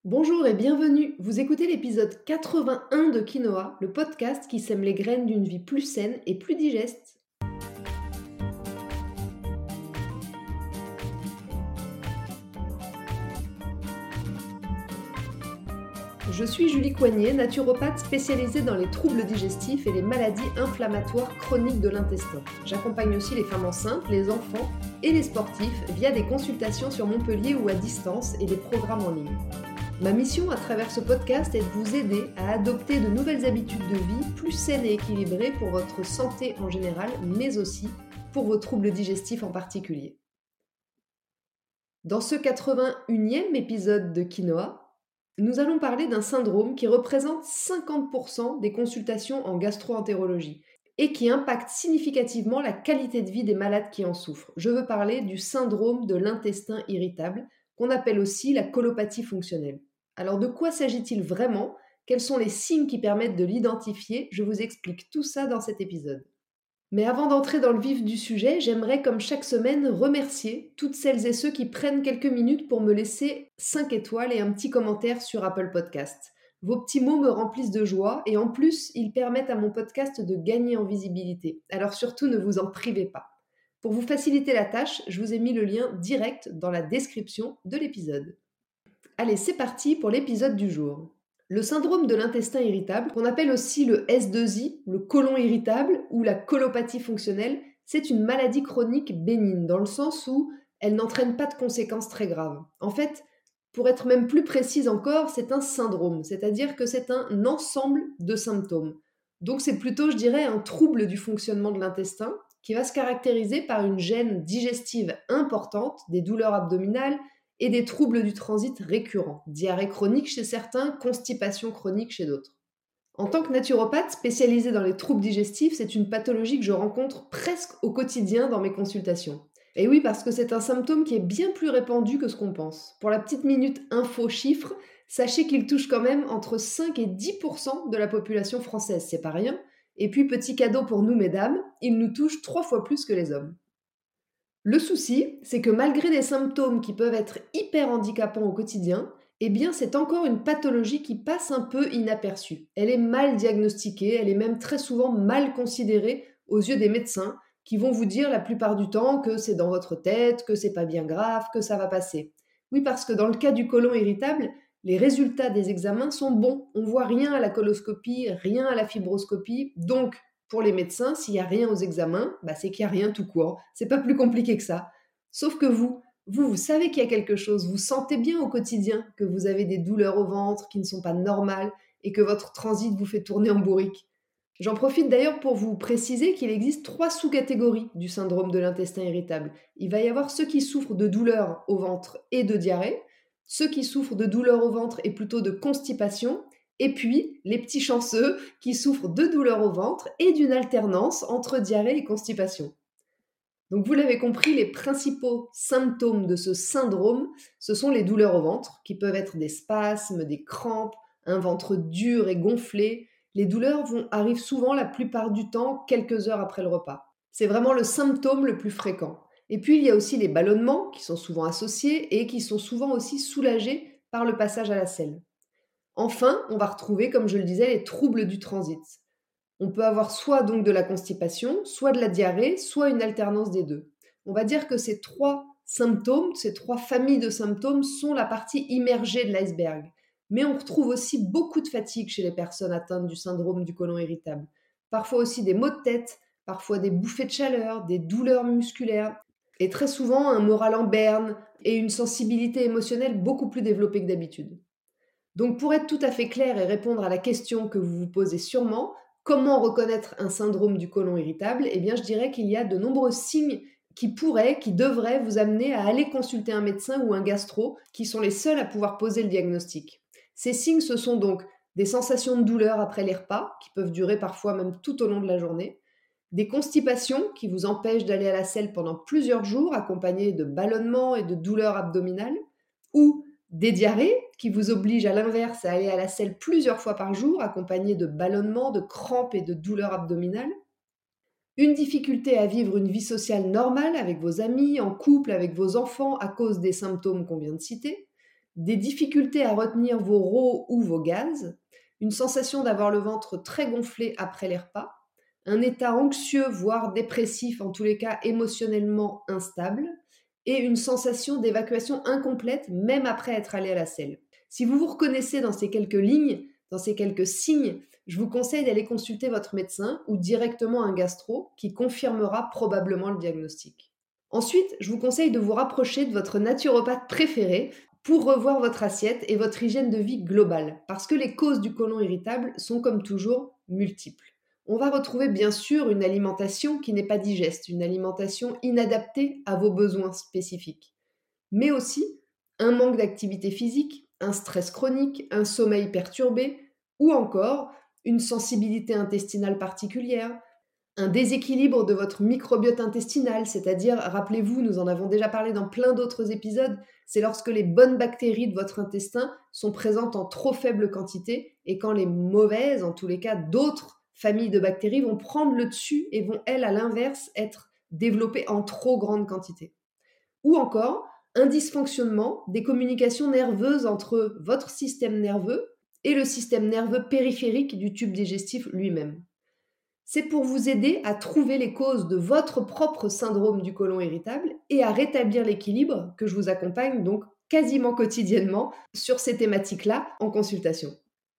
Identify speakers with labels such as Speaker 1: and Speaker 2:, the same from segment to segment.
Speaker 1: Bonjour et bienvenue. Vous écoutez l'épisode 81 de Quinoa, le podcast qui sème les graines d'une vie plus saine et plus digeste. Je suis Julie Coignet, naturopathe spécialisée dans les troubles digestifs et les maladies inflammatoires chroniques de l'intestin. J'accompagne aussi les femmes enceintes, les enfants et les sportifs via des consultations sur Montpellier ou à distance et des programmes en ligne. Ma mission à travers ce podcast est de vous aider à adopter de nouvelles habitudes de vie plus saines et équilibrées pour votre santé en général, mais aussi pour vos troubles digestifs en particulier. Dans ce 81e épisode de Quinoa, nous allons parler d'un syndrome qui représente 50% des consultations en gastro-entérologie et qui impacte significativement la qualité de vie des malades qui en souffrent. Je veux parler du syndrome de l'intestin irritable, qu'on appelle aussi la colopathie fonctionnelle. Alors de quoi s'agit-il vraiment? Quels sont les signes qui permettent de l'identifier? Je vous explique tout ça dans cet épisode. Mais avant d'entrer dans le vif du sujet, j'aimerais, comme chaque semaine, remercier toutes celles et ceux qui prennent quelques minutes pour me laisser 5 étoiles et un petit commentaire sur Apple Podcast. Vos petits mots me remplissent de joie et en plus, ils permettent à mon podcast de gagner en visibilité. Alors surtout, ne vous en privez pas. Pour vous faciliter la tâche, je vous ai mis le lien direct dans la description de l'épisode. Allez, c'est parti pour l'épisode du jour. Le syndrome de l'intestin irritable, qu'on appelle aussi le S2I, le côlon irritable ou la colopathie fonctionnelle, c'est une maladie chronique bénigne dans le sens où elle n'entraîne pas de conséquences très graves. En fait, pour être même plus précise encore, c'est un syndrome, c'est-à-dire que c'est un ensemble de symptômes. Donc c'est plutôt, je dirais, un trouble du fonctionnement de l'intestin qui va se caractériser par une gêne digestive importante, des douleurs abdominales, et des troubles du transit récurrents, diarrhée chronique chez certains, constipation chronique chez d'autres. En tant que naturopathe spécialisée dans les troubles digestifs, c'est une pathologie que je rencontre presque au quotidien dans mes consultations. Et oui, parce que c'est un symptôme qui est bien plus répandu que ce qu'on pense. Pour la petite minute info chiffre, sachez qu'il touche quand même entre 5 et 10% de la population française, c'est pas rien. Et puis petit cadeau pour nous mesdames, il nous touche 3 fois plus que les hommes. Le souci, c'est que malgré des symptômes qui peuvent être hyper handicapants au quotidien, eh bien c'est encore une pathologie qui passe un peu inaperçue. Elle est mal diagnostiquée, elle est même très souvent mal considérée aux yeux des médecins qui vont vous dire la plupart du temps que c'est dans votre tête, que c'est pas bien grave, que ça va passer. Oui, parce que dans le cas du côlon irritable, les résultats des examens sont bons. On voit rien à la coloscopie, rien à la fibroscopie, donc pour les médecins, s'il n'y a rien aux examens, c'est qu'il n'y a rien tout court. C'est pas plus compliqué que ça. Sauf que vous savez qu'il y a quelque chose. Vous sentez bien au quotidien que vous avez des douleurs au ventre qui ne sont pas normales et que votre transit vous fait tourner en bourrique. J'en profite d'ailleurs pour vous préciser qu'il existe 3 sous-catégories du syndrome de l'intestin irritable. Il va y avoir ceux qui souffrent de douleurs au ventre et de diarrhée, ceux qui souffrent de douleurs au ventre et plutôt de constipation, et puis les petits chanceux qui souffrent de douleurs au ventre et d'une alternance entre diarrhée et constipation. Donc vous l'avez compris, les principaux symptômes de ce syndrome, ce sont les douleurs au ventre, qui peuvent être des spasmes, des crampes, un ventre dur et gonflé. Les douleurs arrivent souvent la plupart du temps quelques heures après le repas. C'est vraiment le symptôme le plus fréquent. Et puis il y a aussi les ballonnements qui sont souvent associés et qui sont souvent aussi soulagés par le passage à la selle. Enfin, on va retrouver, comme je le disais, les troubles du transit. On peut avoir soit donc de la constipation, soit de la diarrhée, soit une alternance des deux. On va dire que ces 3 symptômes, ces 3 familles de symptômes sont la partie immergée de l'iceberg. Mais on retrouve aussi beaucoup de fatigue chez les personnes atteintes du syndrome du côlon irritable. Parfois aussi des maux de tête, parfois des bouffées de chaleur, des douleurs musculaires, et très souvent un moral en berne et une sensibilité émotionnelle beaucoup plus développée que d'habitude. Donc pour être tout à fait clair et répondre à la question que vous vous posez sûrement, comment reconnaître un syndrome du côlon irritable? Eh bien je dirais qu'il y a de nombreux signes qui devraient vous amener à aller consulter un médecin ou un gastro, qui sont les seuls à pouvoir poser le diagnostic. Ces signes, ce sont donc des sensations de douleur après les repas, qui peuvent durer parfois même tout au long de la journée, des constipations qui vous empêchent d'aller à la selle pendant plusieurs jours, accompagnées de ballonnements et de douleurs abdominales, ou des diarrhées qui vous obligent à l'inverse à aller à la selle plusieurs fois par jour, accompagnées de ballonnements, de crampes et de douleurs abdominales. Une difficulté à vivre une vie sociale normale avec vos amis, en couple, avec vos enfants à cause des symptômes qu'on vient de citer. des difficultés à retenir vos RO ou vos gaz, une sensation d'avoir le ventre très gonflé après les repas, un état anxieux, voire dépressif, en tous les cas émotionnellement instable, et une sensation d'évacuation incomplète même après être allé à la selle. Si vous vous reconnaissez dans ces quelques lignes, dans ces quelques signes, je vous conseille d'aller consulter votre médecin ou directement un gastro qui confirmera probablement le diagnostic. Ensuite, je vous conseille de vous rapprocher de votre naturopathe préféré pour revoir votre assiette et votre hygiène de vie globale, parce que les causes du côlon irritable sont comme toujours multiples. On va retrouver bien sûr une alimentation qui n'est pas digeste, une alimentation inadaptée à vos besoins spécifiques, mais aussi un manque d'activité physique, un stress chronique, un sommeil perturbé, ou encore une sensibilité intestinale particulière, un déséquilibre de votre microbiote intestinal, c'est-à-dire, rappelez-vous, nous en avons déjà parlé dans plein d'autres épisodes, c'est lorsque les bonnes bactéries de votre intestin sont présentes en trop faible quantité et quand les mauvaises, en tous les cas d'autres familles de bactéries, vont prendre le dessus et vont, elles, à l'inverse, être développées en trop grande quantité. Ou encore, un dysfonctionnement des communications nerveuses entre votre système nerveux et le système nerveux périphérique du tube digestif lui-même. C'est pour vous aider à trouver les causes de votre propre syndrome du côlon irritable et à rétablir l'équilibre que je vous accompagne donc quasiment quotidiennement sur ces thématiques-là en consultation.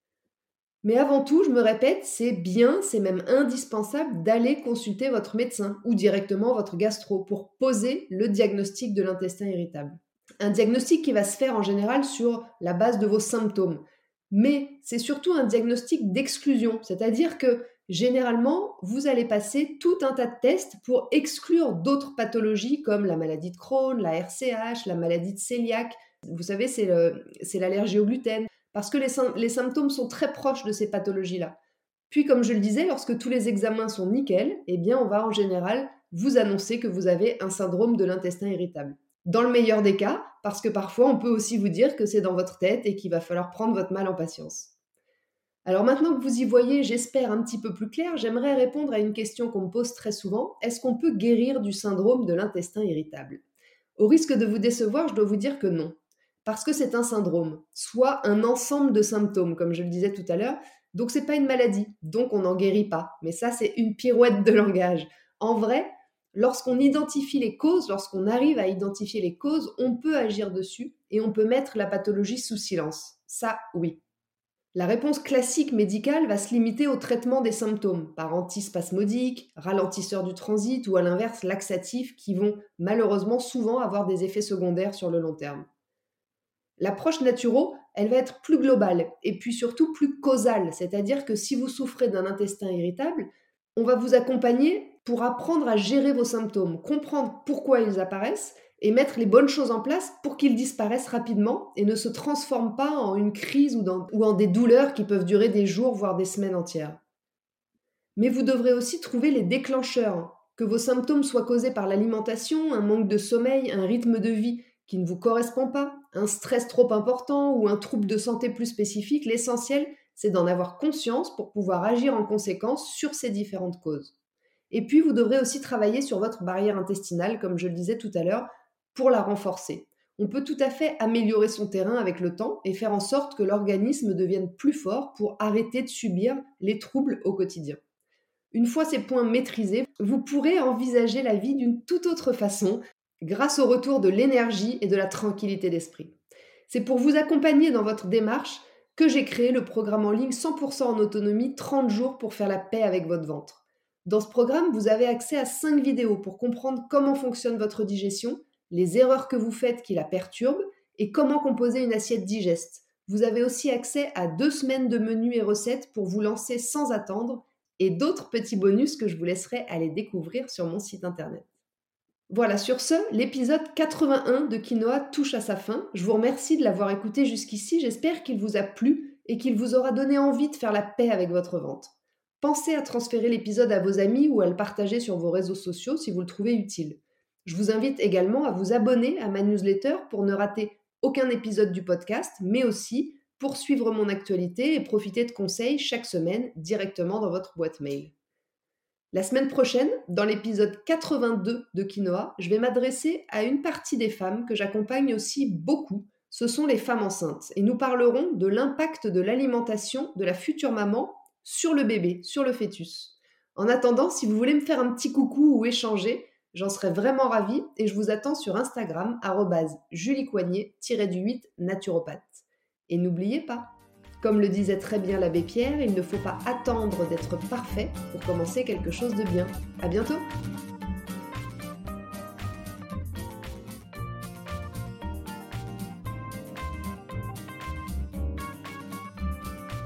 Speaker 1: Mais avant tout, je me répète, c'est même indispensable d'aller consulter votre médecin ou directement votre gastro pour poser le diagnostic de l'intestin irritable. Un diagnostic qui va se faire en général sur la base de vos symptômes. Mais c'est surtout un diagnostic d'exclusion, c'est-à-dire que généralement, vous allez passer tout un tas de tests pour exclure d'autres pathologies comme la maladie de Crohn, la RCH, la maladie de cœliaque. Vous savez, c'est l'allergie au gluten, parce que les symptômes sont très proches de ces pathologies-là. Puis, comme je le disais, lorsque tous les examens sont nickel, eh bien, on va en général vous annoncer que vous avez un syndrome de l'intestin irritable. Dans le meilleur des cas, parce que parfois on peut aussi vous dire que c'est dans votre tête et qu'il va falloir prendre votre mal en patience. Alors maintenant que vous y voyez, j'espère, un petit peu plus clair, j'aimerais répondre à une question qu'on me pose très souvent. Est-ce qu'on peut guérir du syndrome de l'intestin irritable ? Au risque de vous décevoir, je dois vous dire que non. Parce que c'est un syndrome, soit un ensemble de symptômes, comme je le disais tout à l'heure. Donc c'est pas une maladie, donc on n'en guérit pas. Mais ça, c'est une pirouette de langage. En vrai, lorsqu'on identifie les causes, lorsqu'on arrive à identifier les causes, on peut agir dessus et on peut mettre la pathologie sous silence. Ça, oui. La réponse classique médicale va se limiter au traitement des symptômes, par antispasmodiques, ralentisseurs du transit ou à l'inverse laxatifs qui vont malheureusement souvent avoir des effets secondaires sur le long terme. L'approche naturo, elle va être plus globale et puis surtout plus causale, c'est-à-dire que si vous souffrez d'un intestin irritable, on va vous accompagner pour apprendre à gérer vos symptômes, comprendre pourquoi ils apparaissent et mettre les bonnes choses en place pour qu'ils disparaissent rapidement et ne se transforment pas en une crise ou en des douleurs qui peuvent durer des jours, voire des semaines entières. Mais vous devrez aussi trouver les déclencheurs, que vos symptômes soient causés par l'alimentation, un manque de sommeil, un rythme de vie qui ne vous correspond pas, un stress trop important ou un trouble de santé plus spécifique. L'essentiel, c'est d'en avoir conscience pour pouvoir agir en conséquence sur ces différentes causes. Et puis, vous devrez aussi travailler sur votre barrière intestinale, comme je le disais tout à l'heure, pour la renforcer. On peut tout à fait améliorer son terrain avec le temps et faire en sorte que l'organisme devienne plus fort pour arrêter de subir les troubles au quotidien. Une fois ces points maîtrisés, vous pourrez envisager la vie d'une toute autre façon grâce au retour de l'énergie et de la tranquillité d'esprit. C'est pour vous accompagner dans votre démarche que j'ai créé le programme en ligne 100% en autonomie 30 jours pour faire la paix avec votre ventre. Dans ce programme, vous avez accès à 5 vidéos pour comprendre comment fonctionne votre digestion, les erreurs que vous faites qui la perturbent et comment composer une assiette digeste. Vous avez aussi accès à 2 semaines de menus et recettes pour vous lancer sans attendre et d'autres petits bonus que je vous laisserai aller découvrir sur mon site internet. Voilà, sur ce, l'épisode 81 de Quinoa touche à sa fin. Je vous remercie de l'avoir écouté jusqu'ici. J'espère qu'il vous a plu et qu'il vous aura donné envie de faire la paix avec votre ventre. Pensez à transférer l'épisode à vos amis ou à le partager sur vos réseaux sociaux si vous le trouvez utile. Je vous invite également à vous abonner à ma newsletter pour ne rater aucun épisode du podcast, mais aussi pour suivre mon actualité et profiter de conseils chaque semaine directement dans votre boîte mail. La semaine prochaine, dans l'épisode 82 de Quinoa, je vais m'adresser à une partie des femmes que j'accompagne aussi beaucoup ce sont les femmes enceintes. Et nous parlerons de l'impact de l'alimentation de la future maman sur le bébé, sur le fœtus. En attendant, si vous voulez me faire un petit coucou ou échanger, j'en serais vraiment ravie et je vous attends sur Instagram @juliecoignet-8 naturopathe. Et n'oubliez pas, comme le disait très bien l'abbé Pierre, il ne faut pas attendre d'être parfait pour commencer quelque chose de bien. À bientôt!